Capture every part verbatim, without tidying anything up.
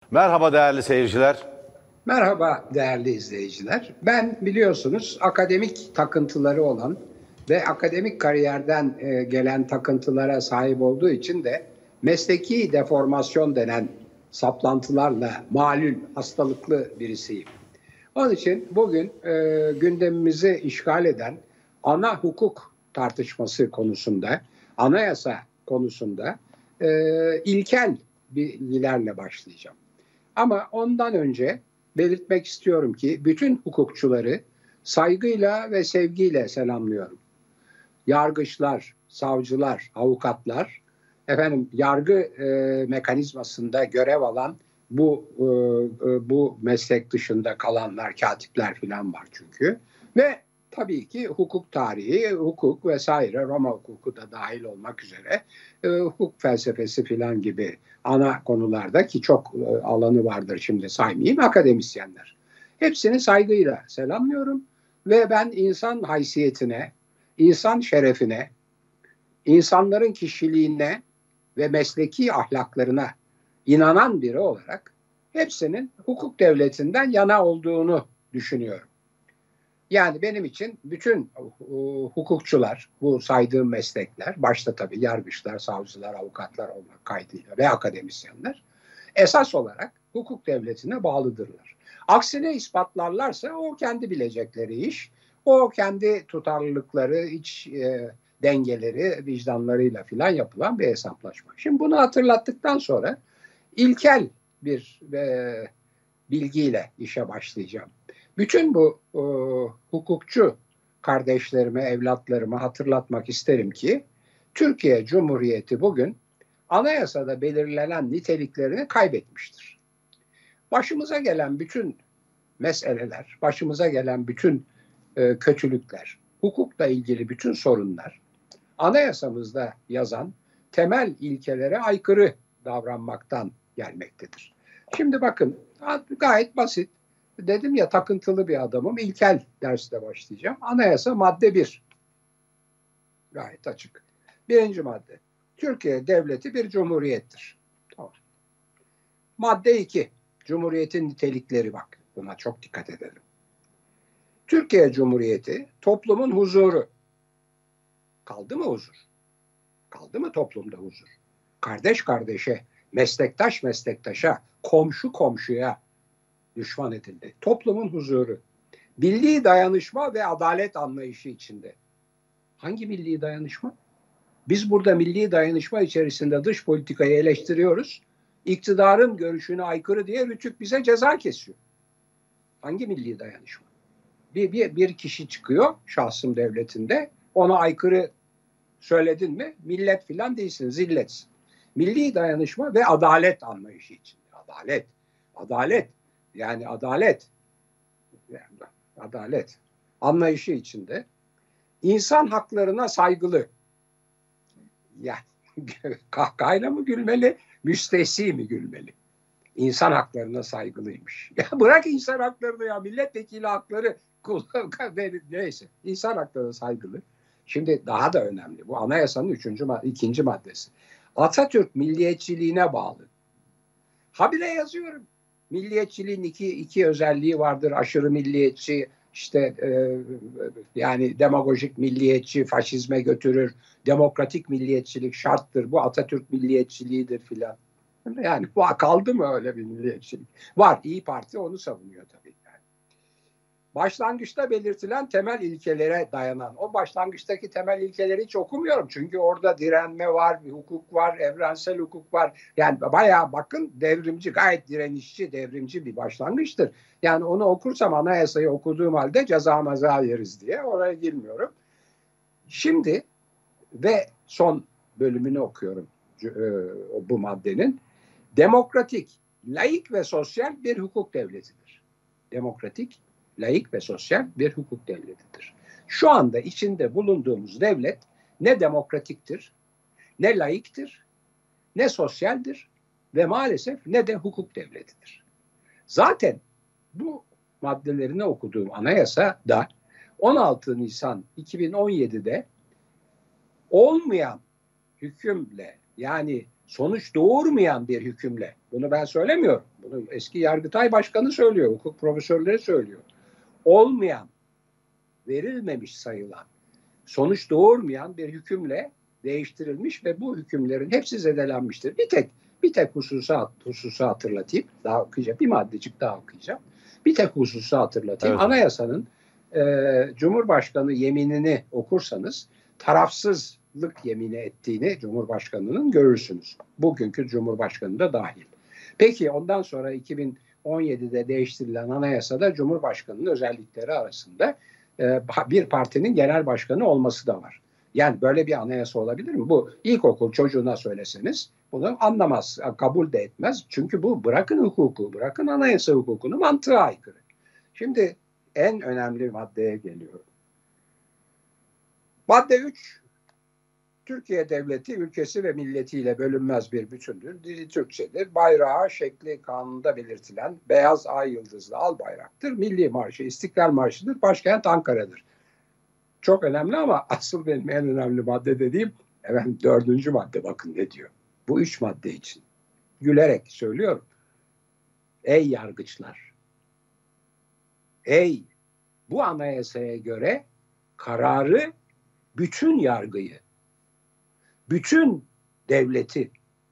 Merhaba değerli seyirciler. Merhaba değerli izleyiciler. Ben biliyorsunuz akademik takıntıları olan ve akademik kariyerden e, gelen takıntılara sahip olduğu için de mesleki deformasyon denen saplantılarla malul, hastalıklı birisiyim. Onun için bugün e, gündemimizi işgal eden ana hukuk tartışması konusunda, anayasa konusunda e, ilkel bilgilerle başlayacağım. Ama ondan önce belirtmek istiyorum ki bütün hukukçuları saygıyla ve sevgiyle selamlıyorum. Yargıçlar, savcılar, avukatlar, efendim yargı e, mekanizmasında görev alan bu e, e, bu meslek dışında kalanlar, katipler falan var çünkü. Ve tabii ki hukuk tarihi, hukuk vesaire, Roma hukuku da dahil olmak üzere e, hukuk felsefesi falan gibi ana konularda ki çok e, alanı vardır şimdi saymayayım akademisyenler. Hepsini saygıyla selamlıyorum ve ben insan haysiyetine, insan şerefine, insanların kişiliğine ve mesleki ahlaklarına inanan biri olarak hepsinin hukuk devletinden yana olduğunu düşünüyorum. Yani benim için bütün uh, hukukçular, bu saydığım meslekler, başta tabii yargıçlar, savcılar, avukatlar olmak kaydıyla ve akademisyenler, esas olarak hukuk devletine bağlıdırlar. Aksine ispatlarlarsa o kendi bilecekleri iş, o kendi tutarlılıkları, iç e, dengeleri, vicdanlarıyla filan yapılan bir hesaplaşma. Şimdi bunu hatırlattıktan sonra ilkel bir e, bilgiyle işe başlayacağım. Bütün bu e, hukukçu kardeşlerime, evlatlarıma hatırlatmak isterim ki Türkiye Cumhuriyeti bugün anayasada belirlenen niteliklerini kaybetmiştir. Başımıza gelen bütün meseleler, başımıza gelen bütün e, kötülükler, hukukla ilgili bütün sorunlar anayasamızda yazan temel ilkelere aykırı davranmaktan gelmektedir. Şimdi bakın gayet basit. Dedim ya takıntılı bir adamım. İlkel derste başlayacağım. Anayasa madde bir. Gayet açık. Birinci madde. Türkiye devleti bir cumhuriyettir. Tamam. Madde iki. Cumhuriyetin nitelikleri bak. Buna çok dikkat edelim. Türkiye Cumhuriyeti toplumun huzuru. Kaldı mı huzur? Kaldı mı toplumda huzur? Kardeş kardeşe, meslektaş meslektaşa, komşu komşuya düşman edildi. Toplumun huzuru. Milli dayanışma ve adalet anlayışı içinde. Hangi milli dayanışma? Biz burada milli dayanışma içerisinde dış politikayı eleştiriyoruz. İktidarın görüşüne aykırı diye Rütük bize ceza kesiyor. Hangi milli dayanışma? Bir, bir, bir kişi çıkıyor şahsım devletinde, ona aykırı söyledin mi millet filan değilsin, zilletsin. Milli dayanışma ve adalet anlayışı için. Adalet. Adalet. Yani adalet. Yani adalet anlayışı içinde insan haklarına saygılı. Yani kahkahayla mı gülmeli, müstehsi mi gülmeli? İnsan haklarına saygılıymış. Ya bırak insan haklarını ya, milletvekili hakları neyse. İnsan haklarına saygılı. Şimdi daha da önemli. Bu anayasanın üçüncü, ikinci maddesi. Atatürk milliyetçiliğine bağlı. Habire yazıyorum. Milliyetçiliğin iki, iki özelliği vardır. Aşırı milliyetçi, işte e, yani demagojik milliyetçi, faşizme götürür. Demokratik milliyetçilik şarttır. Bu Atatürk milliyetçiliğidir filan. Yani bu kaldı mı öyle bir milliyetçilik? Var. İyi Parti onu savunuyor tabii. Yani. Başlangıçta belirtilen temel ilkelere dayanan. O başlangıçtaki temel ilkeleri hiç okumuyorum. Çünkü orada direnme var, hukuk var, evrensel hukuk var. Yani bayağı bakın devrimci, gayet direnişçi, devrimci bir başlangıçtır. Yani onu okursam anayasayı okuduğum halde ceza maza yeriz diye oraya girmiyorum. Şimdi ve son bölümünü okuyorum bu maddenin. Demokratik, laik ve sosyal bir hukuk devletidir. Demokratik, laik ve sosyal bir hukuk devletidir. Şu anda içinde bulunduğumuz devlet ne demokratiktir, ne laiktir, ne sosyaldir ve maalesef ne de hukuk devletidir. Zaten bu maddelerini okuduğum anayasa da on altı Nisan iki bin on yedi'de olmayan hükümle, yani sonuç doğurmayan bir hükümle, bunu ben söylemiyorum, bunu eski Yargıtay Başkanı söylüyor, hukuk profesörleri söylüyor, olmayan, verilmemiş sayılan, sonuç doğurmayan bir hükümle değiştirilmiş ve bu hükümlerin hepsi zedelenmiştir. Bir tek bir tek hususu, hususu hatırlatayım, daha okuyacağım, bir maddecik daha okuyacağım. Bir tek hususu hatırlatayım. Evet. Anayasanın e, Cumhurbaşkanı yeminini okursanız tarafsızlık yemini ettiğini Cumhurbaşkanı'nın görürsünüz. Bugünkü Cumhurbaşkanı da dahil. Peki ondan sonra iki bin on yedide değiştirilen anayasada Cumhurbaşkanı'nın özellikleri arasında e, bir partinin genel başkanı olması da var. Yani böyle bir anayasa olabilir mi? Bu ilkokul çocuğuna söyleseniz bunu anlamaz, kabul de etmez. Çünkü bu bırakın hukuku, bırakın anayasa hukukunu, mantığa aykırı. Şimdi en önemli maddeye geliyorum. Madde üç, Türkiye Devleti ülkesi ve milletiyle bölünmez bir bütündür. Dili Türkçedir. Bayrağı şekli kanunda belirtilen beyaz ay yıldızlı al bayraktır. Milli Marşı, İstiklal Marşı'dır. Başkent Ankara'dır. Çok önemli ama asıl benim en önemli madde dediğim efendim, dördüncü madde, bakın ne diyor. Bu üç madde için. Gülerek söylüyorum. Ey yargıçlar! Ey bu anayasaya göre kararı, bütün yargıyı, bütün devleti,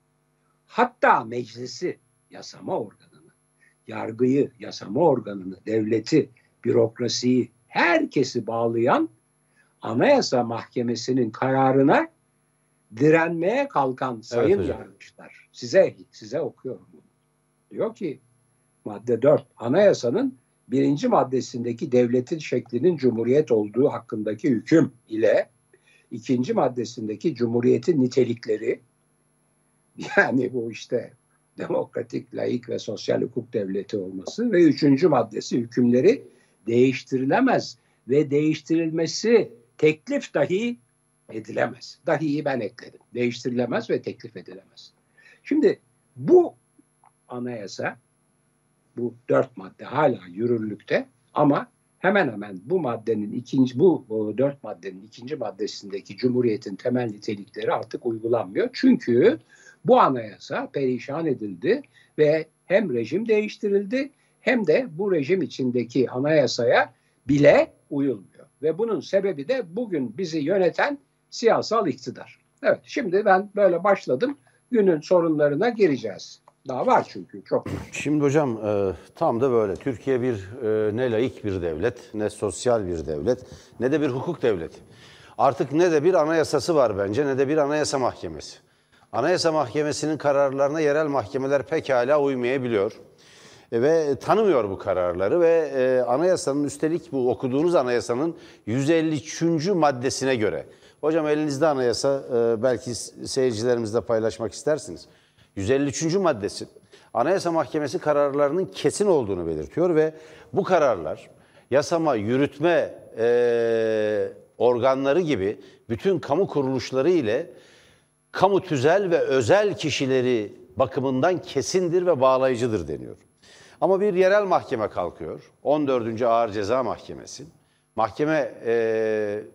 hatta meclisi, yasama organını, yargıyı, yasama organını, devleti, bürokrasiyi, herkesi bağlayan Anayasa Mahkemesi'nin kararına direnmeye kalkan sayın evet, yargıçlar. Size, size okuyorum bunu. Diyor ki madde dört, anayasanın birinci maddesindeki devletin şeklinin cumhuriyet olduğu hakkındaki hüküm ile ikinci maddesindeki cumhuriyetin nitelikleri, yani bu işte demokratik, laik ve sosyal hukuk devleti olması ve üçüncü maddesi hükümleri değiştirilemez ve değiştirilmesi teklif dahi edilemez. Dahiyi ben ekledim. Değiştirilemez ve teklif edilemez. Şimdi bu anayasa, bu dört madde hala yürürlükte ama hemen hemen bu maddenin ikinci, bu, bu dört maddenin ikinci maddesindeki Cumhuriyet'in temel nitelikleri artık uygulanmıyor. Çünkü bu anayasa perişan edildi ve hem rejim değiştirildi hem de bu rejim içindeki anayasaya bile uyulmuyor. Ve bunun sebebi de bugün bizi yöneten siyasal iktidar. Evet, şimdi ben böyle başladım. Günün sorunlarına gireceğiz. Daha var çünkü çok. Şimdi hocam e, tam da böyle. Türkiye bir e, ne laik bir devlet, ne sosyal bir devlet, ne de bir hukuk devleti. Artık ne de bir anayasası var bence, ne de bir anayasa mahkemesi. Anayasa Mahkemesi'nin kararlarına yerel mahkemeler pekala uymayabiliyor. E, ve tanımıyor bu kararları ve e, anayasanın, üstelik bu okuduğunuz anayasanın yüz elli üçüncü maddesine göre. Hocam elinizde anayasa, e, belki seyircilerimizle paylaşmak istersiniz. yüz elli üçüncü maddesi Anayasa Mahkemesi kararlarının kesin olduğunu belirtiyor ve bu kararlar yasama, yürütme e, organları gibi bütün kamu kuruluşları ile kamu tüzel ve özel kişileri bakımından kesindir ve bağlayıcıdır deniyor. Ama bir yerel mahkeme kalkıyor, on dördüncü Ağır Ceza Mahkemesi. Mahkeme e,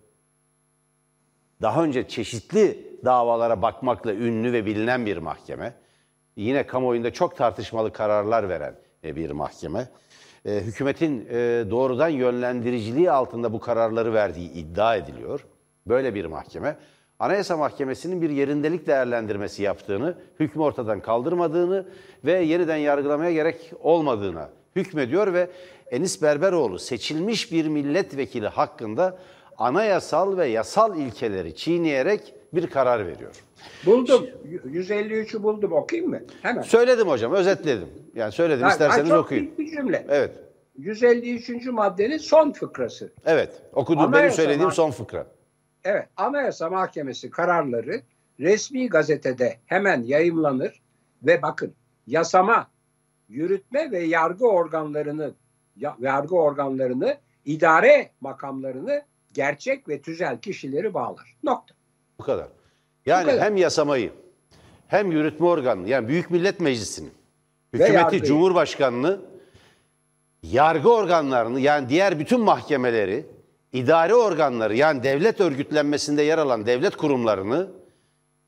daha önce çeşitli davalara bakmakla ünlü ve bilinen bir mahkeme. Yine kamuoyunda çok tartışmalı kararlar veren bir mahkeme. E, hükümetin e, doğrudan yönlendiriciliği altında bu kararları verdiği iddia ediliyor. Böyle bir mahkeme. Anayasa Mahkemesi'nin bir yerindelik değerlendirmesi yaptığını, hükmü ortadan kaldırmadığını ve yeniden yargılamaya gerek olmadığına hükmediyor ve Enis Berberoğlu seçilmiş bir milletvekili hakkında anayasal ve yasal ilkeleri çiğneyerek bir karar veriyor. Buldum. yüz elli üçü buldum. Okuyayım mı? Hemen. Söyledim hocam, özetledim. Yani söyledim, ha, isterseniz çok okuyun. Çok büyük bir cümle. Evet. yüz elli üçüncü maddenin son fıkrası. Evet. Okuduğum, benim söylediğim son fıkra. Evet. Anayasa Mahkemesi kararları resmi gazetede hemen yayımlanır ve bakın, yasama, yürütme ve yargı organlarını yargı organlarını, idare makamlarını, gerçek ve tüzel kişileri bağlar. Nokta. Bu kadar. Yani Bu kadar. Hem yasamayı, hem yürütme organını, yani Büyük Millet Meclisi'ni, hükümeti, Cumhurbaşkanı'nı, yargı organlarını, yani diğer bütün mahkemeleri, idare organları, yani devlet örgütlenmesinde yer alan devlet kurumlarını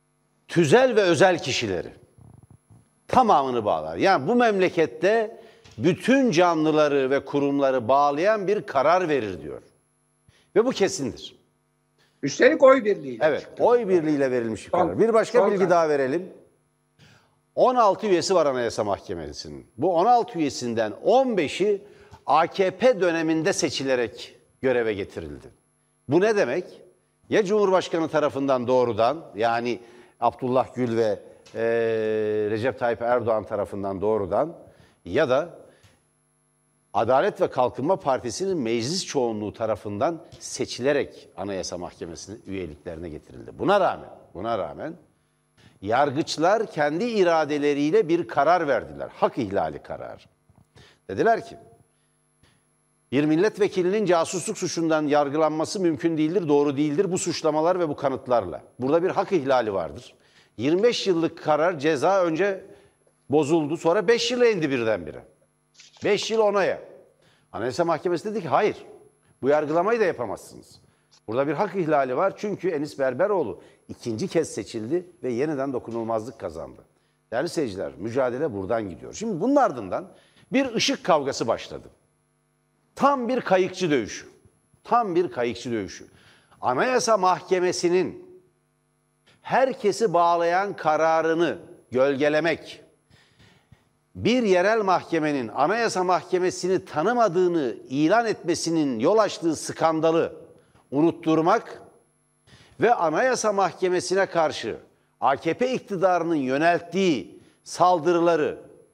tüzel ve özel kişileri tamamını bağlar. Yani bu memlekette bütün canlıları ve kurumları bağlayan bir karar verir diyor. Ve bu kesindir. Üstelik oy birliğiyle. Evet, çıktı. oy birliğiyle verilmiş bir Son- karar. Bir başka son bilgi karar. daha verelim. on altı üyesi var Anayasa Mahkemesi'nin. Bu on altı üyesinden on beşi A K P döneminde seçilerek göreve getirildi. Bu ne demek? Ya Cumhurbaşkanı tarafından doğrudan, yani Abdullah Gül ve e, Recep Tayyip Erdoğan tarafından doğrudan, ya da Adalet ve Kalkınma Partisi'nin meclis çoğunluğu tarafından seçilerek Anayasa Mahkemesi'nin üyeliklerine getirildi. Buna rağmen, buna rağmen yargıçlar kendi iradeleriyle bir karar verdiler. Hak ihlali kararı. Dediler ki, bir milletvekilinin casusluk suçundan yargılanması mümkün değildir, doğru değildir bu suçlamalar ve bu kanıtlarla. Burada bir hak ihlali vardır. yirmi beş yıllık karar, ceza önce bozuldu, sonra beş yıla indi birdenbire. beş yıl onaya. Anayasa Mahkemesi dedi ki hayır, bu yargılamayı da yapamazsınız. Burada bir hak ihlali var çünkü Enis Berberoğlu ikinci kez seçildi ve yeniden dokunulmazlık kazandı. Değerli seyirciler, mücadele buradan gidiyor. Şimdi bunun ardından bir ışık kavgası başladı. Tam bir kayıkçı dövüşü. Tam bir kayıkçı dövüşü. Anayasa Mahkemesi'nin herkesi bağlayan kararını gölgelemek, bir yerel mahkemenin Anayasa Mahkemesi'ni tanımadığını ilan etmesinin yol açtığı skandalı unutturmak ve Anayasa Mahkemesi'ne karşı A K P iktidarının yönelttiği saldırıları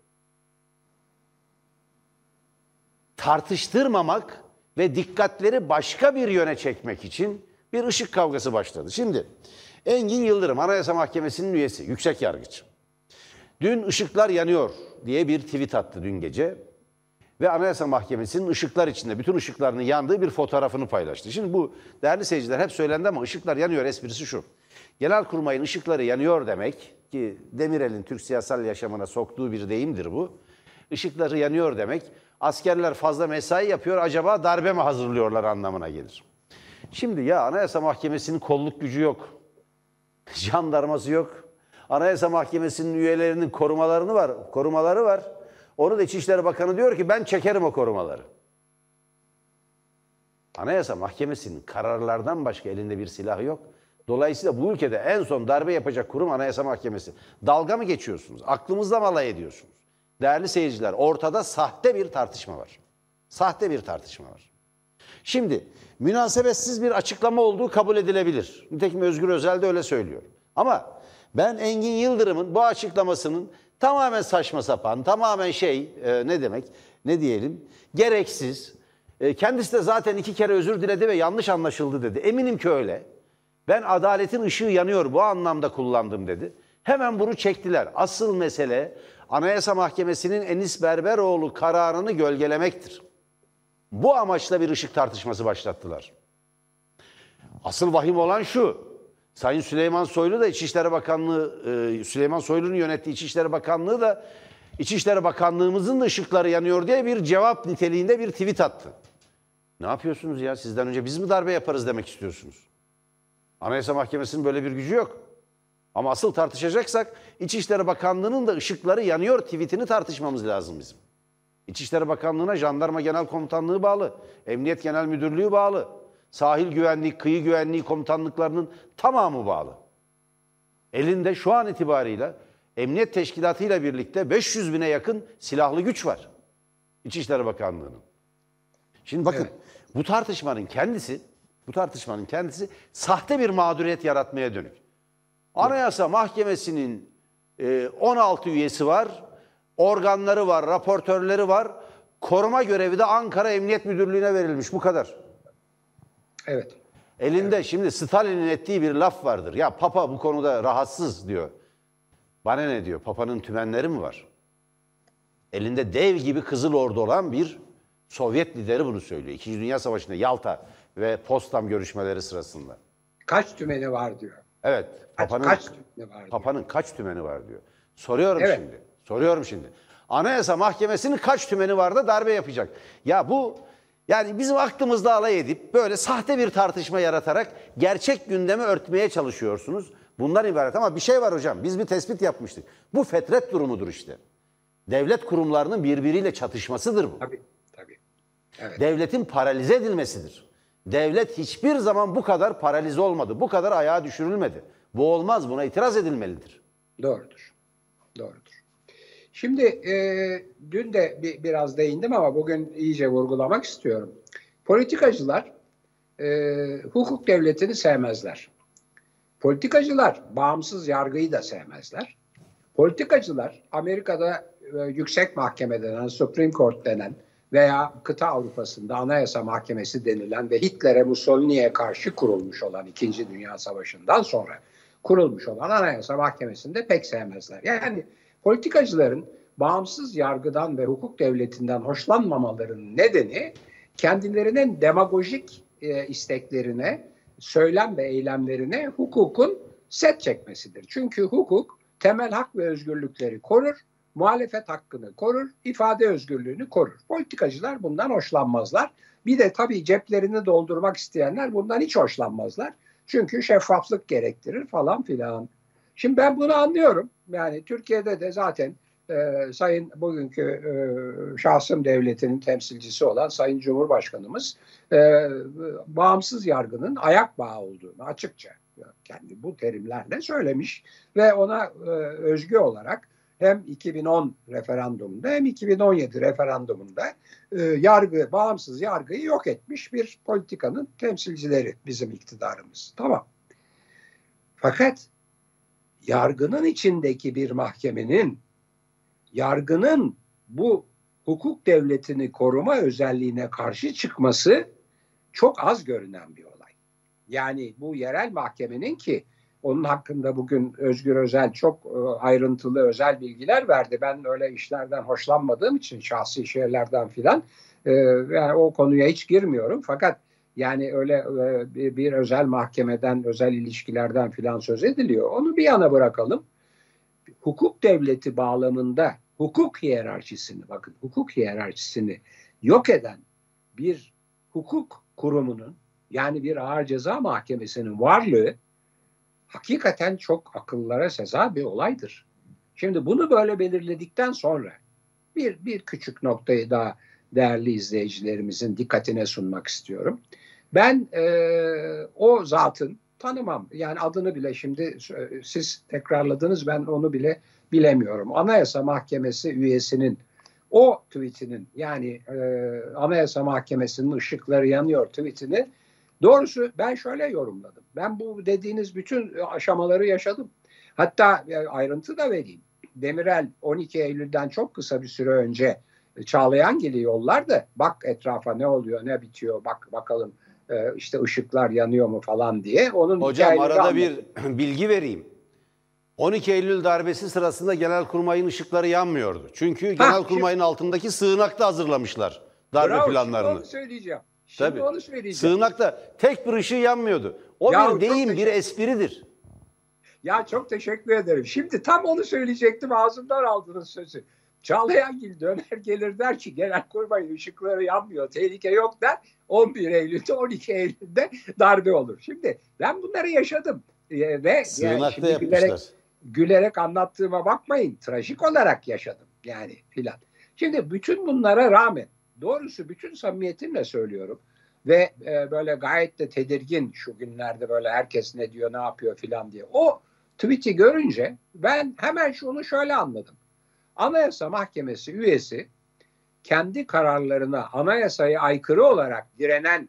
tartıştırmamak ve dikkatleri başka bir yöne çekmek için bir ışık kavgası başladı. Şimdi Engin Yıldırım Anayasa Mahkemesi'nin üyesi, yüksek yargıç. Dün ışıklar yanıyor diye bir tweet attı dün gece ve Anayasa Mahkemesi'nin ışıklar içinde bütün ışıklarının yandığı bir fotoğrafını paylaştı. Şimdi bu değerli seyirciler hep söylendi ama ışıklar yanıyor esprisi şu. Genelkurmay'ın ışıkları yanıyor demek ki Demirel'in Türk siyasal yaşamına soktuğu bir deyimdir bu. Işıkları yanıyor demek askerler fazla mesai yapıyor acaba darbe mi hazırlıyorlar anlamına gelir. Şimdi ya Anayasa Mahkemesi'nin kolluk gücü yok, jandarması yok. Anayasa Mahkemesi'nin üyelerinin korumalarını var, korumaları var. Onu da İçişleri Bakanı diyor ki ben çekerim o korumaları. Anayasa Mahkemesi'nin kararlardan başka elinde bir silahı yok. Dolayısıyla bu ülkede en son darbe yapacak kurum Anayasa Mahkemesi. Dalga mı geçiyorsunuz? Aklımızla mı alay ediyorsunuz? Değerli seyirciler, ortada sahte bir tartışma var. Sahte bir tartışma var. Şimdi münasebetsiz bir açıklama olduğu kabul edilebilir. Nitekim Özgür Özel de öyle söylüyor. Ama ben Engin Yıldırım'ın bu açıklamasının tamamen saçma sapan, tamamen şey e, ne demek, ne diyelim, gereksiz. E, kendisi de zaten iki kere özür diledi ve yanlış anlaşıldı dedi. Eminim ki öyle. Ben adaletin ışığı yanıyor bu anlamda kullandım dedi. Hemen bunu çektiler. Asıl mesele Anayasa Mahkemesi'nin Enis Berberoğlu kararını gölgelemektir. Bu amaçla bir ışık tartışması başlattılar. Asıl vahim olan şu. Sayın Süleyman Soylu da İçişleri Bakanlığı, e, Süleyman Soylu'nun yönettiği İçişleri Bakanlığı da İçişleri Bakanlığımızın da ışıkları yanıyor diye bir cevap niteliğinde bir tweet attı. Ne yapıyorsunuz ya? Sizden önce biz mi darbe yaparız demek istiyorsunuz? Anayasa Mahkemesi'nin böyle bir gücü yok. Ama asıl tartışacaksak İçişleri Bakanlığı'nın da ışıkları yanıyor tweetini tartışmamız lazım bizim. İçişleri Bakanlığı'na Jandarma Genel Komutanlığı bağlı, Emniyet Genel Müdürlüğü bağlı. Sahil güvenliği, kıyı güvenliği komutanlıklarının tamamı bağlı. Elinde şu an itibarıyla Emniyet Teşkilatı ile birlikte beş yüz bine yakın silahlı güç var. İçişleri Bakanlığı'nın. Şimdi bakın evet. bu tartışmanın kendisi, bu tartışmanın kendisi sahte bir mağduriyet yaratmaya dönük. Anayasa Mahkemesi'nin e, on altı üyesi var, organları var, raportörleri var. Koruma görevi de Ankara Emniyet Müdürlüğü'ne verilmiş. Bu kadar. Evet. Elinde evet. Şimdi Stalin'in ettiği bir laf vardır. Ya Papa bu konuda rahatsız diyor. Bana ne diyor? Papa'nın tümenleri mi var? Elinde dev gibi Kızıl Ordu olan bir Sovyet lideri bunu söylüyor. İkinci Dünya Savaşı'nda Yalta ve Potsdam görüşmeleri sırasında. Kaç tümeni var diyor. Evet. Papa'nın kaç, kaç tümeni var diyor. Papa'nın kaç tümeni var diyor. Soruyorum evet. şimdi. Soruyorum şimdi. Anayasa Mahkemesi'nin kaç tümeni var da darbe yapacak? Ya bu yani bizim aklımızda alay edip böyle sahte bir tartışma yaratarak gerçek gündemi örtmeye çalışıyorsunuz. Bundan ibaret ama bir şey var hocam. Biz bir tespit yapmıştık. Bu fetret durumudur işte. Devlet kurumlarının birbiriyle çatışmasıdır bu. Tabii, tabii. Evet. Devletin paralize edilmesidir. Devlet hiçbir zaman bu kadar paralize olmadı. Bu kadar ayağa düşürülmedi. Bu olmaz. Buna itiraz edilmelidir. Doğrudur. Doğrudur. Şimdi e, dün de bir, biraz değindim ama bugün iyice vurgulamak istiyorum. Politikacılar e, hukuk devletini sevmezler. Politikacılar bağımsız yargıyı da sevmezler. Politikacılar Amerika'da e, yüksek mahkeme denen, Supreme Court denen veya kıta Avrupa'sında Anayasa Mahkemesi denilen ve Hitler'e, Mussolini'ye karşı kurulmuş olan İkinci Dünya Savaşı'ndan sonra kurulmuş olan Anayasa Mahkemesi'ni de pek sevmezler. Yani politikacıların bağımsız yargıdan ve hukuk devletinden hoşlanmamalarının nedeni kendilerinin demagojik e, isteklerine, söylem ve eylemlerine hukukun set çekmesidir. Çünkü hukuk temel hak ve özgürlükleri korur, muhalefet hakkını korur, ifade özgürlüğünü korur. Politikacılar bundan hoşlanmazlar. Bir de tabii ceplerini doldurmak isteyenler bundan hiç hoşlanmazlar. Çünkü şeffaflık gerektirir falan filan. Şimdi ben bunu anlıyorum. Yani Türkiye'de de zaten e, Sayın bugünkü e, şahsım devletinin temsilcisi olan Sayın Cumhurbaşkanımız e, bağımsız yargının ayak bağı olduğunu açıkça kendi bu terimlerle söylemiş ve ona e, özgü olarak hem iki bin on referandumunda hem iki bin on yedi referandumunda e, yargı, bağımsız yargıyı yok etmiş bir politikanın temsilcileri bizim iktidarımız. Tamam. Fakat yargının içindeki bir mahkemenin, yargının bu hukuk devletini koruma özelliğine karşı çıkması çok az görünen bir olay. Yani bu yerel mahkemenin ki onun hakkında bugün Özgür Özel çok ayrıntılı özel bilgiler verdi. Ben öyle işlerden hoşlanmadığım için şahsi şeylerden filan yani o konuya hiç girmiyorum. Fakat yani öyle bir, bir özel mahkemeden, özel ilişkilerden filan söz ediliyor. Onu bir yana bırakalım. Hukuk devleti bağlamında hukuk hiyerarşisini, bakın hukuk hiyerarşisini yok eden bir hukuk kurumunun, yani bir ağır ceza mahkemesinin varlığı hakikaten çok akıllara seza bir olaydır. Şimdi bunu böyle belirledikten sonra bir, bir küçük noktayı daha değerli izleyicilerimizin dikkatine sunmak istiyorum. Ben e, o zatın tanımam. Yani adını bile şimdi siz tekrarladınız, ben onu bile bilemiyorum. Anayasa Mahkemesi üyesinin o tweetinin, yani e, Anayasa Mahkemesi'nin ışıkları yanıyor tweetini doğrusu ben şöyle yorumladım. Ben bu dediğiniz bütün aşamaları yaşadım. Hatta ayrıntı da vereyim. Demirel on iki Eylül'den çok kısa bir süre önce Çağlayangil'i yollardı. Bak etrafa ne oluyor, ne bitiyor, bak bakalım işte ışıklar yanıyor mu falan diye. Onun hocam arada anladım. Bir bilgi vereyim. on iki Eylül darbesi sırasında Genelkurmay'ın ışıkları yanmıyordu. Çünkü Genelkurmay'ın altındaki sığınakta hazırlamışlar darbe bravo, planlarını. Şimdi onu söyleyeceğim. Şimdi Tabii. onu söyleyeceğim. Sığınakta tek bir ışığı yanmıyordu. O ya bir deyim, bir espridir. Ya çok teşekkür ederim. Şimdi tam onu söyleyecektim, ağzımdan aldınız sözü. Çağlayangil döner gelir der ki Genelkurmay'ın ışıkları yanmıyor, tehlike yok der. on bir Eylül'de on iki Eylül'de darbe olur. Şimdi ben bunları yaşadım. Ee, ve yani şimdi gülerek, gülerek anlattığıma bakmayın. Trajik olarak yaşadım yani filan. Şimdi bütün bunlara rağmen doğrusu bütün samimiyetimle söylüyorum ve e, böyle gayet de tedirgin şu günlerde böyle herkes ne diyor ne yapıyor filan diye. O tweet'i görünce ben hemen şunu şöyle anladım. Anayasa Mahkemesi üyesi kendi kararlarına anayasaya aykırı olarak direnen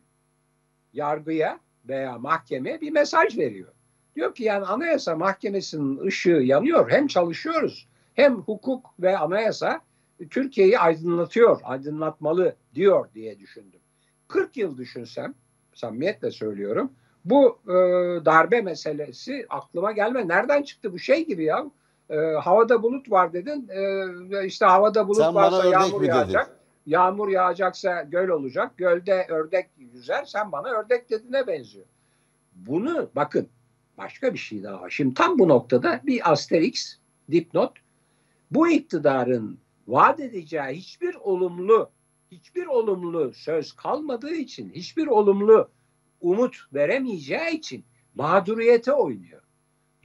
yargıya veya mahkemeye bir mesaj veriyor. Diyor ki yani Anayasa Mahkemesi'nin ışığı yanıyor, hem çalışıyoruz hem hukuk ve anayasa Türkiye'yi aydınlatıyor, aydınlatmalı diyor diye düşündüm. kırk yıl düşünsem, samimiyetle söylüyorum, bu e, darbe meselesi aklıma gelme. Nereden çıktı bu şey gibi ya? E, havada bulut var dedin, e, işte havada bulut sen varsa yağmur yağacak. Dedin? Yağmur yağacaksa göl olacak, gölde ördek yüzer, sen bana ördek dediğine benziyor. Bunu bakın, başka bir şey daha var. Şimdi tam bu noktada bir asterix, dipnot, bu iktidarın vaat edeceği hiçbir olumlu, hiçbir olumlu söz kalmadığı için, hiçbir olumlu umut veremeyeceği için mağduriyete oynuyor.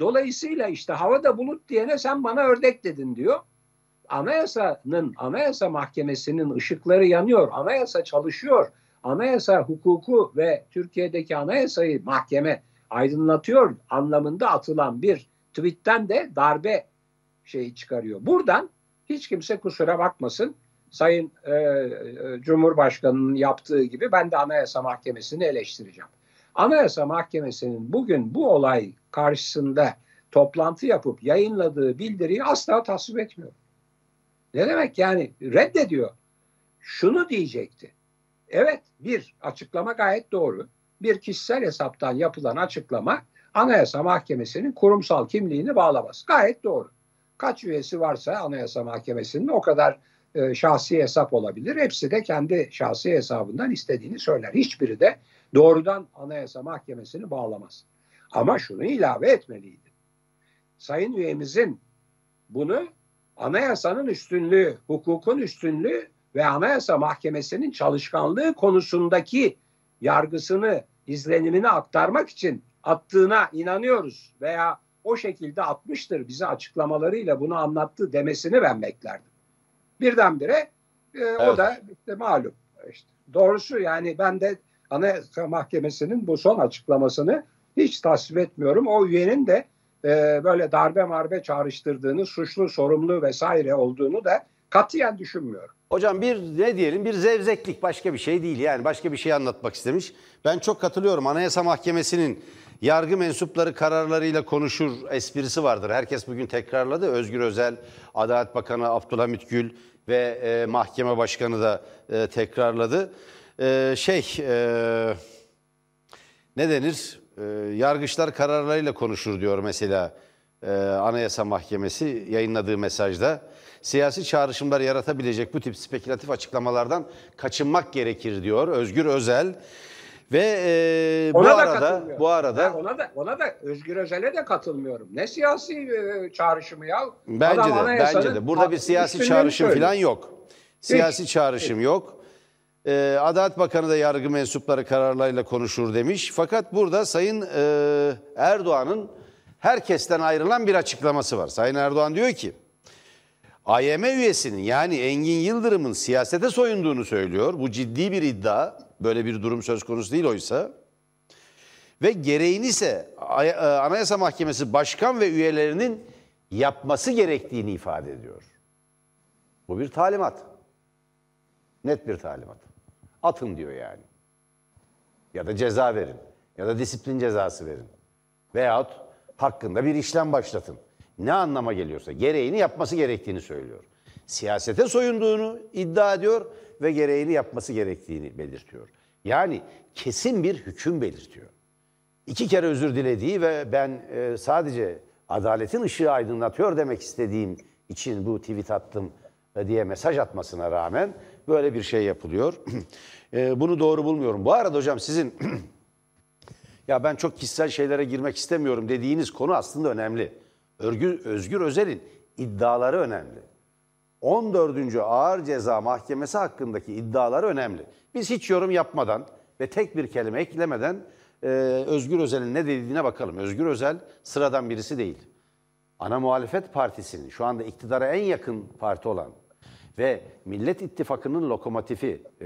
Dolayısıyla işte havada bulut diyene sen bana ördek dedin diyor. Anayasanın, Anayasa Mahkemesi'nin ışıkları yanıyor. Anayasa çalışıyor. Anayasa hukuku ve Türkiye'deki anayasayı mahkeme aydınlatıyor anlamında atılan bir tweetten de darbe şeyi çıkarıyor. Buradan hiç kimse kusura bakmasın. Sayın e, e, Cumhurbaşkanı'nın yaptığı gibi ben de Anayasa Mahkemesi'ni eleştireceğim. Anayasa Mahkemesi'nin bugün bu olay karşısında toplantı yapıp yayınladığı bildiriyi asla tasvip etmiyor. Ne demek yani? Reddediyor. Şunu diyecekti. Evet, bir açıklama gayet doğru. Bir kişisel hesaptan yapılan açıklama Anayasa Mahkemesi'nin kurumsal kimliğini bağlamaz. Gayet doğru. Kaç üyesi varsa Anayasa Mahkemesi'nin o kadar e, şahsi hesap olabilir. Hepsi de kendi şahsi hesabından istediğini söyler. Hiçbiri de doğrudan Anayasa Mahkemesi'ni bağlamaz. Ama şunu ilave etmeliydi. Sayın üyemizin bunu anayasanın üstünlüğü, hukukun üstünlüğü ve Anayasa Mahkemesi'nin çalışkanlığı konusundaki yargısını, izlenimini aktarmak için attığına inanıyoruz veya o şekilde atmıştır, bize açıklamalarıyla bunu anlattı demesini ben beklerdim. Birdenbire e, evet. O da işte malum. İşte doğrusu yani ben de Anayasa Mahkemesi'nin bu son açıklamasını hiç tasvip etmiyorum. O üyenin de e, böyle darbe marbe çağrıştırdığını, suçlu, sorumlu vesaire olduğunu da katiyen düşünmüyorum. Hocam bir ne diyelim bir zevzeklik, başka bir şey değil, yani başka bir şey anlatmak istemiş. Ben çok katılıyorum. Anayasa Mahkemesi'nin yargı mensupları kararlarıyla konuşur esprisi vardır. Herkes bugün tekrarladı. Özgür Özel, Adalet Bakanı Abdülhamit Gül ve e, Mahkeme Başkanı da e, tekrarladı. E, şey e, ne denir? E, yargıçlar kararlarıyla konuşur diyor mesela e, Anayasa Mahkemesi yayınladığı mesajda. Siyasi çağrışımlar yaratabilecek bu tip spekülatif açıklamalardan kaçınmak gerekir diyor Özgür Özel. Ve e, bu ona arada bu arada ha, ona da ona da Özgür Özel'e de katılmıyorum. Ne siyasi e, çağrışımı ya? Bence Adam de bence de burada bir siyasi çağrışım falan yok. Siyasi Hiç. çağrışım Hiç. yok. E, Adalet Bakanı da yargı mensupları kararlarıyla konuşur demiş. Fakat burada Sayın e, Erdoğan'ın herkesten ayrılan bir açıklaması var. Sayın Erdoğan diyor ki A Y M üyesinin yani Engin Yıldırım'ın siyasete soyunduğunu söylüyor. Bu ciddi bir iddia. Böyle bir durum söz konusu değil oysa. Ve gereğini ise Anayasa Mahkemesi başkan ve üyelerinin yapması gerektiğini ifade ediyor. Bu bir talimat. Net bir talimat. Atın diyor yani. Ya da ceza verin. Ya da disiplin cezası verin. Veyahut hakkında bir işlem başlatın. Ne anlama geliyorsa gereğini yapması gerektiğini söylüyor. Siyasete soyunduğunu iddia ediyor ve gereğini yapması gerektiğini belirtiyor. Yani kesin bir hüküm belirtiyor. İki kere özür dilediği ve ben e, sadece adaletin ışığı aydınlatıyor demek istediğim için bu tweet attım diye mesaj atmasına rağmen böyle bir şey yapılıyor. e, bunu doğru bulmuyorum. Bu arada hocam sizin ya ben çok kişisel şeylere girmek istemiyorum dediğiniz konu aslında önemli. Özgür, Özgür Özel'in iddiaları önemli. on dördüncü Ağır Ceza Mahkemesi hakkındaki iddiaları önemli. Biz hiç yorum yapmadan ve tek bir kelime eklemeden e, Özgür Özel'in ne dediğine bakalım. Özgür Özel sıradan birisi değil. Ana muhalefet partisinin şu anda iktidara en yakın parti olan ve Millet İttifakı'nın lokomotifi e,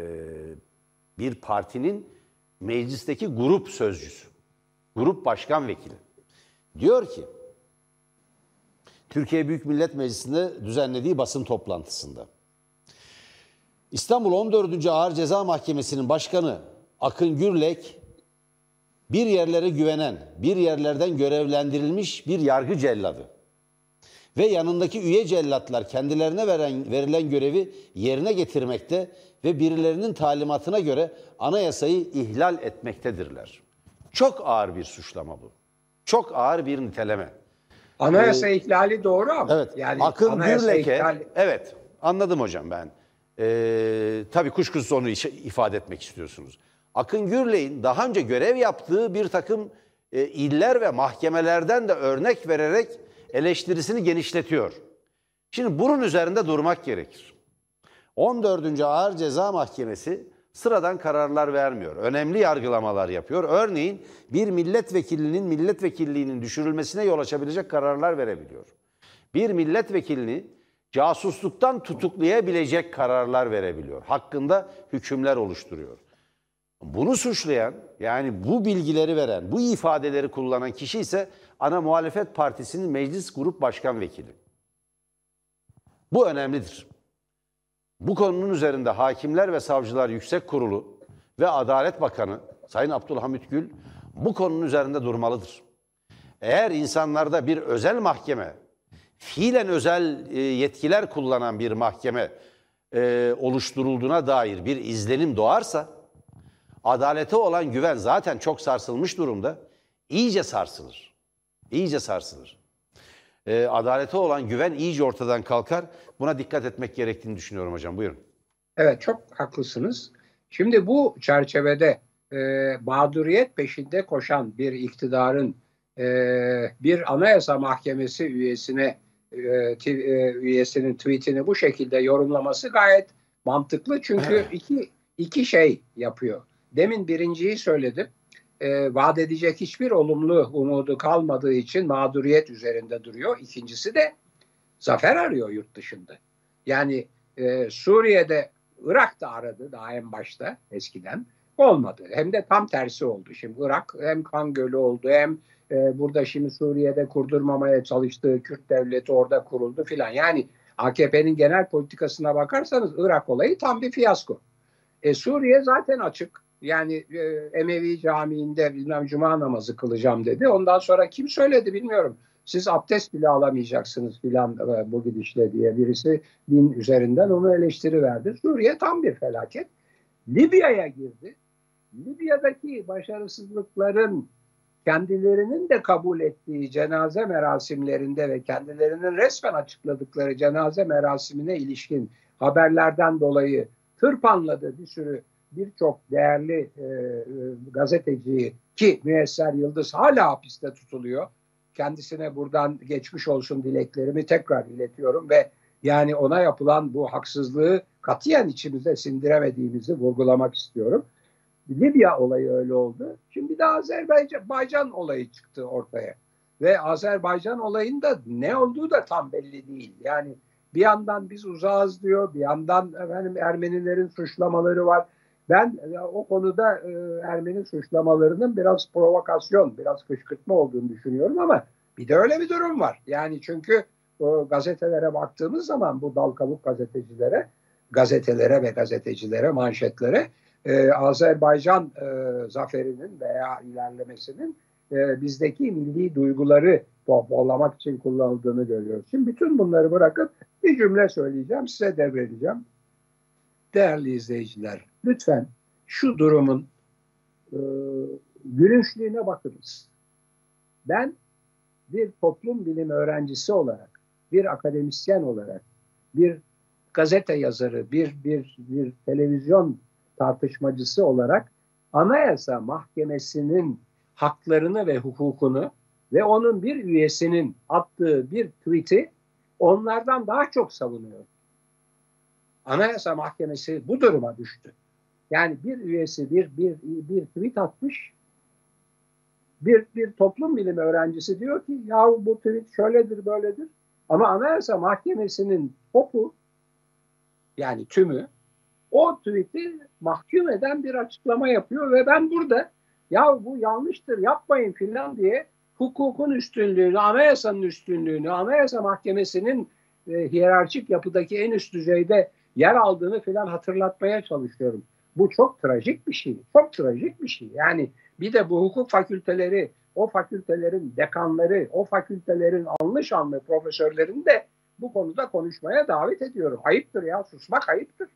bir partinin meclisteki grup sözcüsü, grup başkan vekili. Diyor ki Türkiye Büyük Millet Meclisi'nde düzenlediği basın toplantısında İstanbul on dördüncü Ağır Ceza Mahkemesi'nin başkanı Akın Gürlek bir yerlere güvenen, bir yerlerden görevlendirilmiş bir yargı celladı. Ve yanındaki üye cellatlar kendilerine veren, verilen görevi yerine getirmekte ve birilerinin talimatına göre anayasayı ihlal etmektedirler. Çok ağır bir suçlama bu. Çok ağır bir niteleme. Anayasa ee, ihlali doğru ama. Evet. Yani Akın Gürlek'e, ihlali... evet anladım hocam ben. Ee, tabii kuşkusuz onu ifade etmek istiyorsunuz. Akın Gürlek'in daha önce görev yaptığı bir takım e, iller ve mahkemelerden de örnek vererek eleştirisini genişletiyor. Şimdi bunun üzerinde durmak gerekir. on dördüncü Ağır Ceza Mahkemesi sıradan kararlar vermiyor. Önemli yargılamalar yapıyor. Örneğin bir milletvekilinin milletvekilliğinin düşürülmesine yol açabilecek kararlar verebiliyor. Bir milletvekilini casusluktan tutuklayabilecek kararlar verebiliyor. Hakkında hükümler oluşturuyor. Bunu suçlayan, yani bu bilgileri veren, bu ifadeleri kullanan kişi ise ana muhalefet partisinin meclis grup başkan vekili. Bu önemlidir. Bu konunun üzerinde Hakimler ve Savcılar Yüksek Kurulu ve Adalet Bakanı Sayın Abdülhamit Gül bu konunun üzerinde durmalıdır. Eğer insanlarda bir özel mahkeme, fiilen özel yetkiler kullanan bir mahkeme e, oluşturulduğuna dair bir izlenim doğarsa, adalete olan güven zaten çok sarsılmış durumda, iyice sarsılır. İyice sarsılır. E, adalete olan güven iyice ortadan kalkar. Buna dikkat etmek gerektiğini düşünüyorum hocam. Buyurun. Evet, çok haklısınız. Şimdi bu çerçevede e, mağduriyet peşinde koşan bir iktidarın e, bir anayasa mahkemesi üyesine e, t, e, üyesinin tweetini bu şekilde yorumlaması gayet mantıklı. Çünkü iki iki şey yapıyor. Demin birinciyi söyledim. E, vaat edecek hiçbir olumlu umudu kalmadığı için mağduriyet üzerinde duruyor. İkincisi de zafer arıyor yurt dışında. Yani e, Suriye'de, Irak'ta aradı daha en başta eskiden. Olmadı. Hem de tam tersi oldu. Şimdi Irak hem kan gölü oldu, hem e, burada şimdi Suriye'de kurdurmamaya çalıştığı Kürt devleti orada kuruldu filan. Yani A K P'nin genel politikasına bakarsanız Irak olayı tam bir fiyasko. E, Suriye zaten açık. Yani e, Emevi Camii'nde bilmem cuma namazı kılacağım dedi. Ondan sonra kim söyledi bilmiyorum. Siz abdest bile alamayacaksınız filan e, bu gidişle diye birisi din üzerinden onu eleştiri verdi. Suriye tam bir felaket. Libya'ya girdi. Libya'daki başarısızlıkların kendilerinin de kabul ettiği cenaze merasimlerinde ve kendilerinin resmen açıkladıkları cenaze merasimine ilişkin haberlerden dolayı tırpanladı bir sürü birçok değerli e, e, gazeteciyi, ki Müyesser Yıldız hala hapiste tutuluyor. Kendisine buradan geçmiş olsun dileklerimi tekrar iletiyorum ve yani ona yapılan bu haksızlığı katiyen içimize sindiremediğimizi vurgulamak istiyorum. Libya olayı öyle oldu. Şimdi bir de Azerbaycan olayı çıktı ortaya. Ve Azerbaycan olayında ne olduğu da tam belli değil. Yani bir yandan biz uzağız diyor, bir yandan efendim Ermenilerin suçlamaları var. Ben o konuda e, Ermeni suçlamalarının biraz provokasyon, biraz kışkırtma olduğunu düşünüyorum ama bir de öyle bir durum var. Yani çünkü o gazetelere baktığımız zaman bu dal kabuk gazetecilere, gazetelere ve gazetecilere, manşetlere e, Azerbaycan e, zaferinin veya ilerlemesinin e, bizdeki milli duyguları pohpohlamak için kullanıldığını görüyoruz. Şimdi bütün bunları bırakıp bir cümle söyleyeceğim, size devredeceğim. Değerli izleyiciler, lütfen şu durumun e, gülünçlüğüne bakınız. Ben bir toplum bilimi öğrencisi olarak, bir akademisyen olarak, bir gazete yazarı, bir bir bir televizyon tartışmacısı olarak Anayasa Mahkemesi'nin haklarını ve hukukunu ve onun bir üyesinin attığı bir tweet'i onlardan daha çok savunuyorum. Anayasa Mahkemesi bu duruma düştü. Yani bir üyesi bir bir bir tweet atmış. Bir bir toplum bilimi öğrencisi diyor ki ya bu tweet şöyledir böyledir. Ama Anayasa Mahkemesi'nin topu, yani tümü, o tweet'i mahkum eden bir açıklama yapıyor ve ben burada ya bu yanlıştır yapmayın filan diye hukukun üstünlüğünü, anayasanın üstünlüğünü, Anayasa Mahkemesi'nin e, hiyerarşik yapıdaki en üst düzeyde yer aldığını filan hatırlatmaya çalışıyorum. Bu çok trajik bir şey. Çok trajik bir şey. Yani bir de bu hukuk fakülteleri, o fakültelerin dekanları, o fakültelerin anlı şanlı profesörlerini de bu konuda konuşmaya davet ediyorum. Ayıptır ya, susmak ayıptır.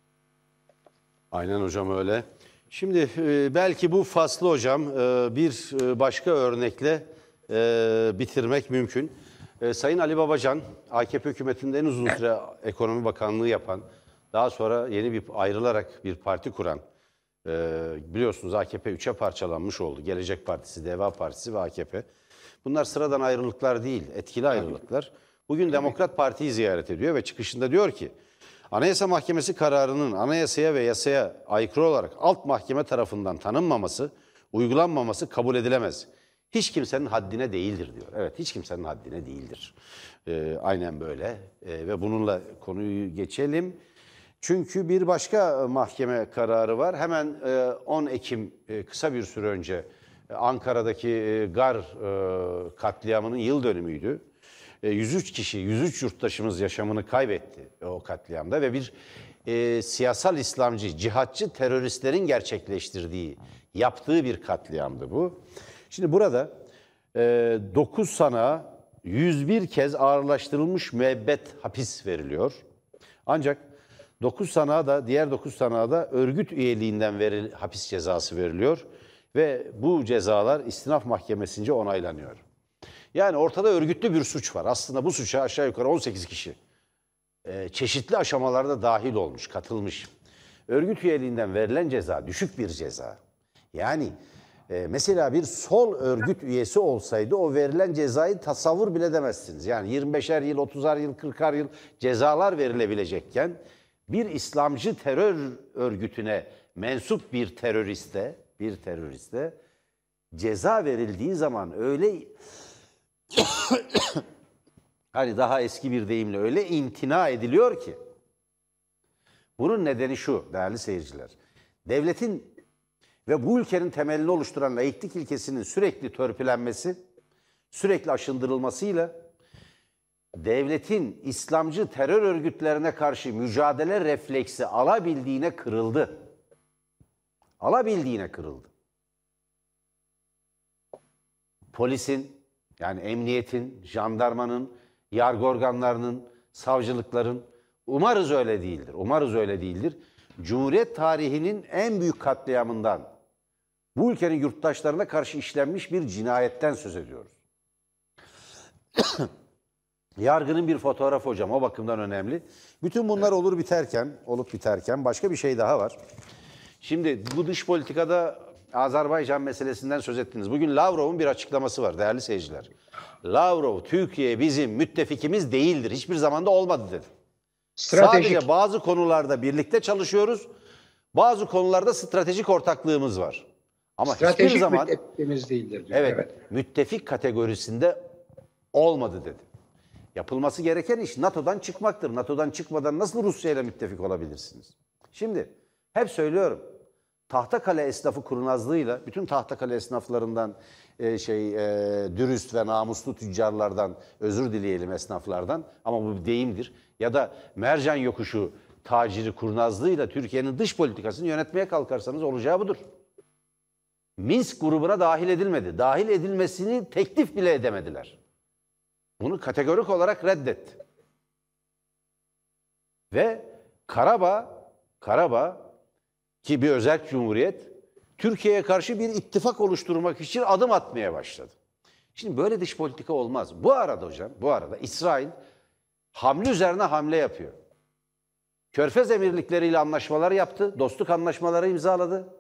Aynen hocam öyle. Şimdi e, belki bu faslı hocam e, bir e, başka örnekle e, bitirmek mümkün. E, Sayın Ali Babacan, A K P hükümetinde en uzun süre ekonomi bakanlığı yapan, daha sonra yeni bir ayrılarak bir parti kuran, e, biliyorsunuz A K P üçe parçalanmış oldu. Gelecek Partisi, Deva Partisi ve A K P. Bunlar sıradan ayrılıklar değil, etkili ayrılıklar. Bugün Demokrat Parti'yi ziyaret ediyor ve çıkışında diyor ki, Anayasa Mahkemesi kararının anayasaya ve yasaya aykırı olarak alt mahkeme tarafından tanınmaması, uygulanmaması kabul edilemez. Hiç kimsenin haddine değildir diyor. Evet, hiç kimsenin haddine değildir. Ee, aynen böyle. Ee, ve bununla konuyu geçelim. Çünkü bir başka mahkeme kararı var. Hemen e, on Ekim e, kısa bir süre önce e, Ankara'daki e, Gar e, katliamının yıl dönümüydü. E, yüz üç kişi, yüz üç yurttaşımız yaşamını kaybetti o katliamda ve bir e, siyasal İslamcı, cihatçı teröristlerin gerçekleştirdiği, yaptığı bir katliamdı bu. Şimdi burada e, dokuz sanığa yüz bir kez ağırlaştırılmış müebbet hapis veriliyor. Ancak dokuz sanığa da diğer dokuz sanığa da örgüt üyeliğinden veril, hapis cezası veriliyor ve bu cezalar istinaf mahkemesince onaylanıyor. Yani ortada örgütlü bir suç var. Aslında bu suça aşağı yukarı on sekiz kişi e, çeşitli aşamalarda dahil olmuş, katılmış. Örgüt üyeliğinden verilen ceza düşük bir ceza. Yani e, mesela bir sol örgüt üyesi olsaydı o verilen cezayı tasavvur bile edemezsiniz. Yani yirmi beşer yıl, otuzar yıl, kırkar yıl cezalar verilebilecekken bir İslamcı terör örgütüne mensup bir teröriste, bir teröriste ceza verildiği zaman öyle hani daha eski bir deyimle öyle imtina ediliyor ki bunun nedeni şu değerli seyirciler. Devletin ve bu ülkenin temelini oluşturan laiklik ilkesinin sürekli törpülenmesi, sürekli aşındırılmasıyla devletin İslamcı terör örgütlerine karşı mücadele refleksi alabildiğine kırıldı. Alabildiğine kırıldı. Polisin, yani emniyetin, jandarmanın, yargı organlarının, savcılıkların, umarız öyle değildir, umarız öyle değildir. Cumhuriyet tarihinin en büyük katliamından, bu ülkenin yurttaşlarına karşı işlenmiş bir cinayetten söz ediyoruz. Yargının bir fotoğrafı hocam, o bakımdan önemli. Bütün bunlar olur biterken, olup biterken başka bir şey daha var. Şimdi bu dış politikada Azerbaycan meselesinden söz ettiniz. Bugün Lavrov'un bir açıklaması var değerli seyirciler. Lavrov, Türkiye bizim müttefikimiz değildir. Hiçbir zaman da olmadı dedi. Stratejik. Sadece bazı konularda birlikte çalışıyoruz. Bazı konularda stratejik ortaklığımız var. Ama stratejik hiçbir zaman müttefikimiz değildir diyor. Evet, evet, müttefik kategorisinde olmadı dedi. Yapılması gereken iş NATO'dan çıkmaktır. NATO'dan çıkmadan nasıl Rusya ile müttefik olabilirsiniz? Şimdi hep söylüyorum. Tahtakale esnafı kurnazlığıyla bütün Tahtakale esnaflarından e, şey e, dürüst ve namuslu tüccarlardan özür dileyelim esnaflardan ama bu bir deyimdir. Ya da mercan yokuşu taciri kurnazlığıyla Türkiye'nin dış politikasını yönetmeye kalkarsanız olacağı budur. Minsk grubuna dahil edilmedi. Dahil edilmesini teklif bile edemediler. Bunu kategorik olarak reddetti. Ve Karabağ, Karabağ ki bir özerk cumhuriyet, Türkiye'ye karşı bir ittifak oluşturmak için adım atmaya başladı. Şimdi böyle dış politika olmaz. Bu arada hocam, bu arada İsrail hamle üzerine hamle yapıyor. Körfez emirlikleriyle anlaşmalar yaptı, dostluk anlaşmaları imzaladı.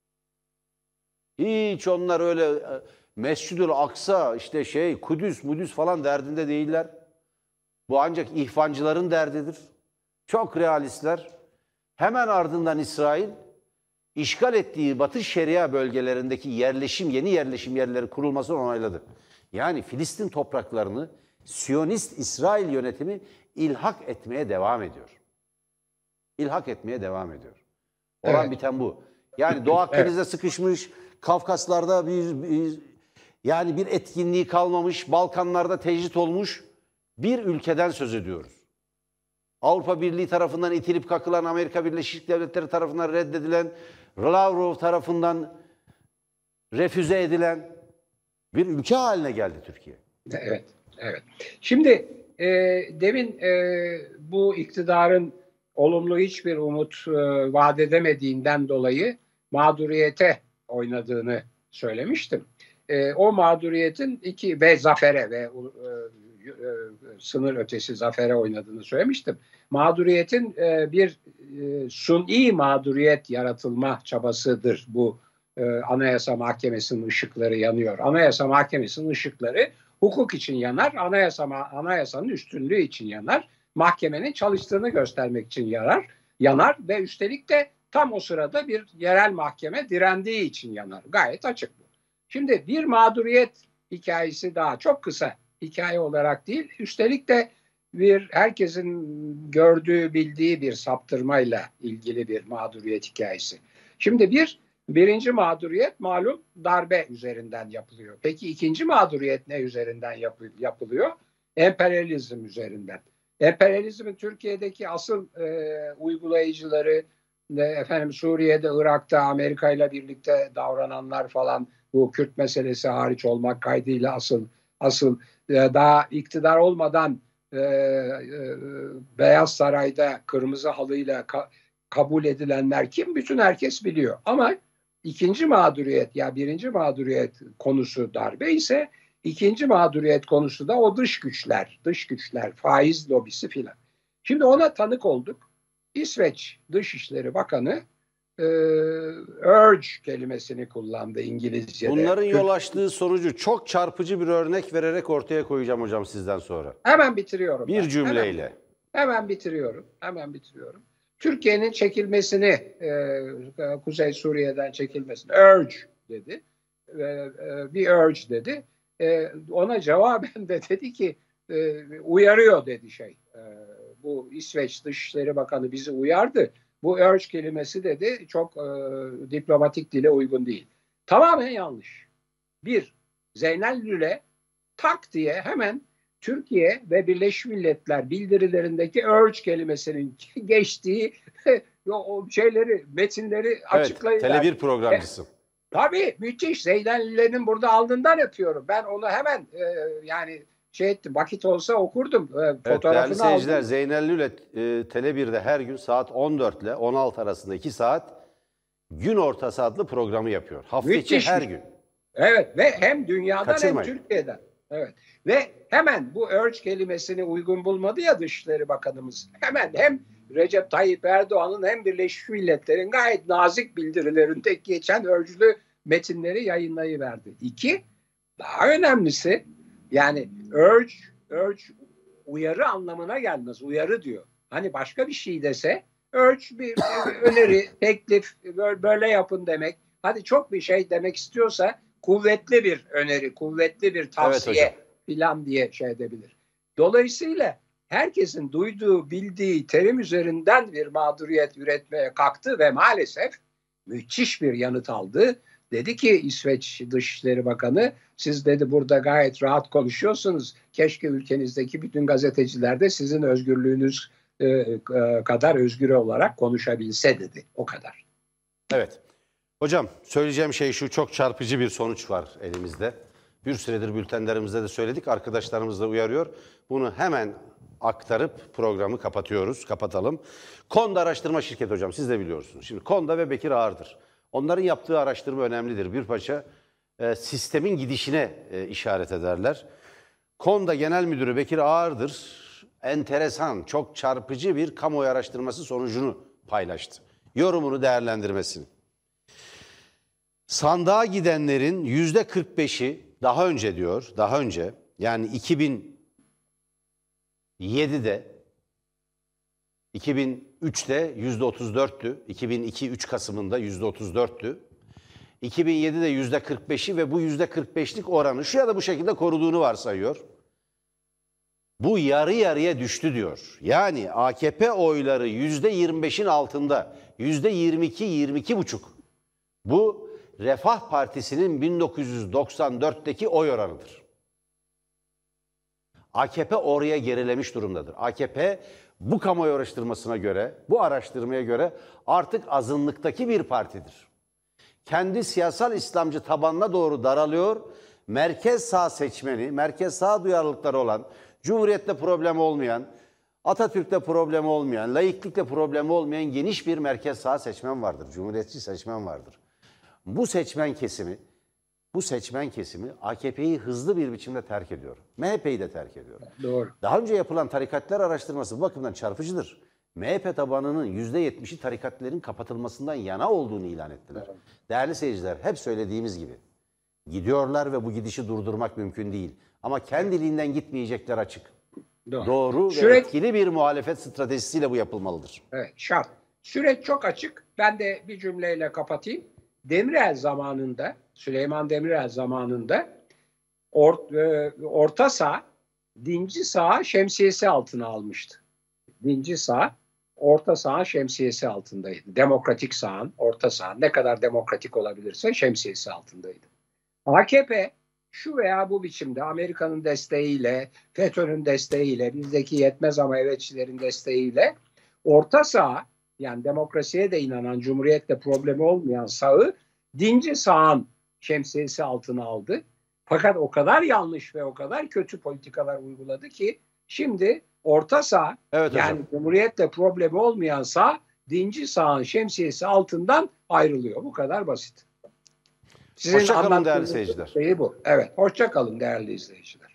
Hiç onlar öyle Mescid-ül Aksa, işte şey, Kudüs, Mudüs falan derdinde değiller. Bu ancak ihvancıların derdidir. Çok realistler. Hemen ardından İsrail, işgal ettiği Batı Şeria bölgelerindeki yerleşim, yeni yerleşim yerleri kurulmasını onayladı. Yani Filistin topraklarını Siyonist İsrail yönetimi ilhak etmeye devam ediyor. İlhak etmeye devam ediyor. Olan evet. biten bu. Yani Doğu Akdeniz'de evet. sıkışmış, Kafkaslar'da bir, bir yani bir etkinliği kalmamış, Balkanlar'da tecrit olmuş bir ülkeden söz ediyoruz. Avrupa Birliği tarafından itilip kakılan, Amerika Birleşik Devletleri tarafından reddedilen, Lavrov tarafından refüze edilen bir ülke haline geldi Türkiye. Evet, evet. Şimdi e, demin e, bu iktidarın olumlu hiçbir umut e, vaat edemediğinden dolayı mağduriyete oynadığını söylemiştim. E, o mağduriyetin iki ve zafere ve e, e, sınır ötesi zafere oynadığını söylemiştim. Mağduriyetin e, bir e, suni mağduriyet yaratılma çabasıdır bu. e, Anayasa Mahkemesi'nin ışıkları yanıyor. Anayasa Mahkemesi'nin ışıkları hukuk için yanar, anayasa anayasanın üstünlüğü için yanar. mahkemenin çalıştığını göstermek için yarar, yanar ve üstelik de tam o sırada bir yerel mahkeme direndiği için yanar. Gayet açık bu. Şimdi bir mağduriyet hikayesi daha, çok kısa hikaye olarak değil, üstelik de bir herkesin gördüğü, bildiği bir saptırmayla ilgili bir mağduriyet hikayesi. Şimdi bir, birinci mağduriyet malum darbe üzerinden yapılıyor. Peki ikinci mağduriyet ne üzerinden yap- yapılıyor? Emperyalizm üzerinden. Emperyalizmin Türkiye'deki asıl e, uygulayıcıları, e, efendim Suriye'de, Irak'ta Amerika ile birlikte davrananlar falan, bu Kürt meselesi hariç olmak kaydıyla asıl asıl e, daha iktidar olmadan e, e, Beyaz Saray'da kırmızı halıyla ka- kabul edilenler kim? Bütün herkes biliyor. Ama ikinci mağduriyet, ya birinci mağduriyet konusu darbe ise ikinci mağduriyet konusu da o dış güçler, dış güçler, faiz lobisi filan. Şimdi ona tanık olduk. İsveç Dışişleri Bakanı e, urge kelimesini kullandı İngilizce'de. Bunların yol açtığı sonucu çok çarpıcı bir örnek vererek ortaya koyacağım hocam sizden sonra. Hemen bitiriyorum. Bir ben. cümleyle. Hemen, hemen bitiriyorum. Hemen bitiriyorum. Türkiye'nin çekilmesini, e, Kuzey Suriye'den çekilmesini urge dedi. E, e, bir urge dedi. E, ona cevaben de dedi ki e, uyarıyor dedi şey. E, bu İsveç Dışişleri Bakanı bizi uyardı. Bu urge kelimesi dedi çok e, diplomatik dile uygun değil. Tamamen yanlış. Bir, Zeynel Lüle tak diye hemen Türkiye ve Birleşmiş Milletler bildirilerindeki urge kelimesinin geçtiği o şeyleri, metinleri açıklayın. Evet, Tele bir programcısı. E, tabii müthiş. Zeynel Lüle'nin burada alnından öpüyorum. Ben onu hemen e, yani şey ettim, vakit olsa okurdum. E, Evet, fotoğrafını değerli seyirciler, aldım. Zeynel Lüle e, Tele bir'de her gün saat on dört ile on altı arasında iki saat Gün Ortası adlı programı yapıyor. Hafta içi Müthiş. her gün. Evet ve hem dünyadan Kaçırmayın. hem Türkiye'den. Evet. Ve hemen bu urge kelimesini uygun bulmadı ya Dışişleri Bakanımız. Hemen hem Recep Tayyip Erdoğan'ın hem Birleşmiş Milletler'in gayet nazik bildirilerinde geçen urge'lü metinleri yayınlayıverdi. İki, daha önemlisi yani urge, urge uyarı anlamına gelmez. Uyarı diyor. Hani başka bir şey dese urge bir öneri, teklif, böyle yapın demek. Hadi çok bir şey demek istiyorsa kuvvetli bir öneri, kuvvetli bir tavsiye Evet filan diye şey edebilir. Dolayısıyla herkesin duyduğu, bildiği terim üzerinden bir mağduriyet üretmeye kalktı ve maalesef müthiş bir yanıt aldı. Dedi ki İsveç Dışişleri Bakanı, siz dedi burada gayet rahat konuşuyorsunuz. Keşke ülkenizdeki bütün gazeteciler de sizin özgürlüğünüz e, e, kadar özgür olarak konuşabilse dedi. O kadar. Evet. Hocam söyleyeceğim şey şu, çok çarpıcı bir sonuç var elimizde. Bir süredir bültenlerimizde de söyledik, arkadaşlarımız da uyarıyor. Bunu hemen aktarıp programı kapatıyoruz, kapatalım. KONDA Araştırma Şirketi hocam, siz de biliyorsunuz. Şimdi KONDA ve Bekir Ağırdır. Onların yaptığı araştırma önemlidir. Bir parça e, sistemin gidişine e, işaret ederler. KONDA Genel Müdürü Bekir Ağırdır enteresan, çok çarpıcı bir kamuoyu araştırması sonucunu paylaştı. Yorumunu, değerlendirmesini. Sandığa gidenlerin yüzde kırk beşi daha önce diyor, daha önce yani iki bin yedide, iki bin üçte yüzde otuz dörttü, iki bin iki üç Kasım'ında yüzde otuz dörttü, iki bin yedide yüzde kırk beşi ve bu yüzde kırk beşlik oranı şu ya da bu şekilde koruduğunu varsayıyor. Bu yarı yarıya düştü diyor. Yani A K P oyları yüzde yirmi beşin altında, yüzde yirmi iki, yirmi iki buçuk. Bu Refah Partisi'nin bin dokuz yüz doksan dörtteki oy oranıdır. A K P oraya gerilemiş durumdadır. A K P bu kamuoyu araştırmasına göre, bu araştırmaya göre artık azınlıktaki bir partidir. Kendi siyasal İslamcı tabanına doğru daralıyor. Merkez sağ seçmeni, merkez sağ duyarlılıkları olan, Cumhuriyet'te problemi olmayan, Atatürk'te problemi olmayan, laiklikle problemi olmayan geniş bir merkez sağ seçmen vardır. Cumhuriyetçi seçmen vardır. Bu seçmen kesimi, bu seçmen kesimi A K P'yi hızlı bir biçimde terk ediyor. M H P'yi de terk ediyor. Doğru. Daha önce yapılan tarikatlar araştırması bu bakımdan çarpıcıdır. M H P tabanının yüzde yetmişi tarikatlerin kapatılmasından yana olduğunu ilan ettiler. Evet. Değerli seyirciler, hep söylediğimiz gibi gidiyorlar ve bu gidişi durdurmak mümkün değil. Ama kendiliğinden gitmeyecekler açık. Doğru. Doğru ve Süreç- etkili bir muhalefet stratejisiyle bu yapılmalıdır. Evet, şart. Süreç çok açık. Ben de bir cümleyle kapatayım. Demirel zamanında, Süleyman Demirel zamanında or, e, orta sağ, dinci sağ şemsiyesi altına almıştı. Dinci sağ, orta sağ şemsiyesi altındaydı. Demokratik sağın, orta sağ ne kadar demokratik olabilirse şemsiyesi altındaydı. A K P şu veya bu biçimde Amerika'nın desteğiyle, FETÖ'nün desteğiyle, bizdeki yetmez ama evetçilerin desteğiyle orta sağ, yani demokrasiye de inanan, cumhuriyetle problemi olmayan sağı dinci sağın şemsiyesi altına aldı. Fakat o kadar yanlış ve o kadar kötü politikalar uyguladı ki şimdi orta sağ, Evet yani hocam. cumhuriyetle problemi olmayan sağ dinci sağın şemsiyesi altından ayrılıyor. Bu kadar basit. Sizin Hoşça kalın değerli anlattığınız seyirciler. Şeyi bu. Evet. Hoşça kalın değerli izleyiciler.